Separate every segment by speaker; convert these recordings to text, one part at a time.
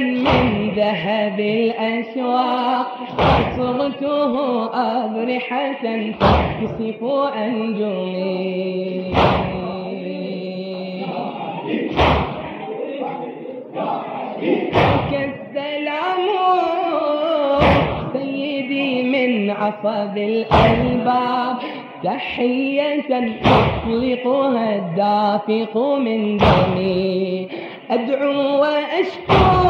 Speaker 1: من ذهب الأشواق صرته أبرحة تكسف أنجمي كالسلام سيدي من عصب الألباب تحية يطلقها الدافق من دمي أدعو وأشكو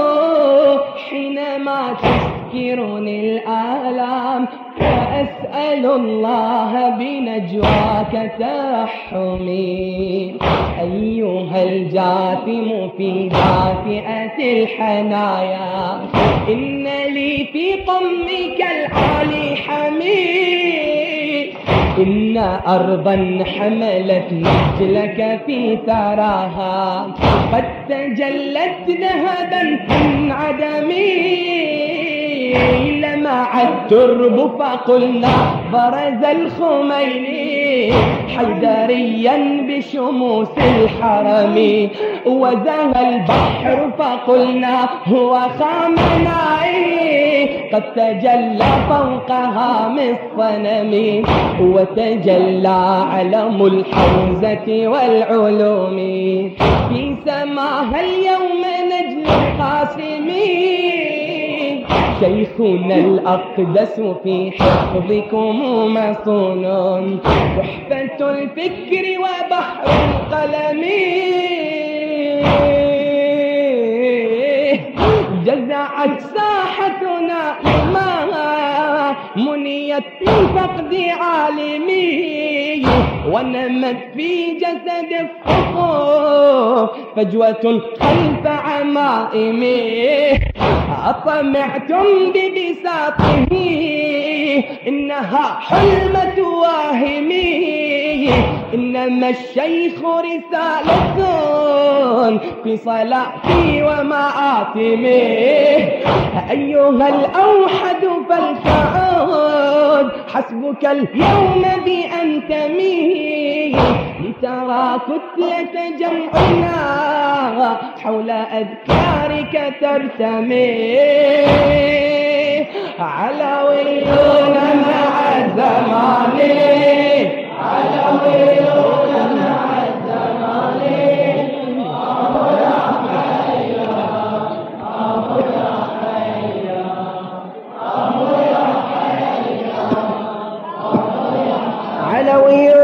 Speaker 1: حينما تسكرني الآلام وأسأل الله بنجواك ترحمي أيها الجاثم في دافئة الحنايا إن لي في قمك العالي حمي إن أرضا حملت نجلك في ثراها قد تجلت ذهبا من عدمي لمع الترب فقلنا برز الخميني حيدريا بشموس الحرم وزهى البحر فقلنا هو خامنائي قد تجلى فوق هام الصنم وتجلى علم الحوزة والعلوم في سماها اليوم نجل القاسمين شيخنا الأقدس في حفظكم مصون تحفة الفكر وبحر القلم جزعت ساحتنا لما منيت من فقد عالمي ونمت في جسد الصفوف فجوة خلف عمائمي أطمعتم ببساطه إنها حلمة واهمي إنما الشيخ رسالة في صلاتي ومآتمي أيها الأوحد فلتعود حسبك اليوم بأن تميل لترى كتلة جمعنا حول أذكارك ترتمي علويون مع الزمان علويون مع الزمان علويون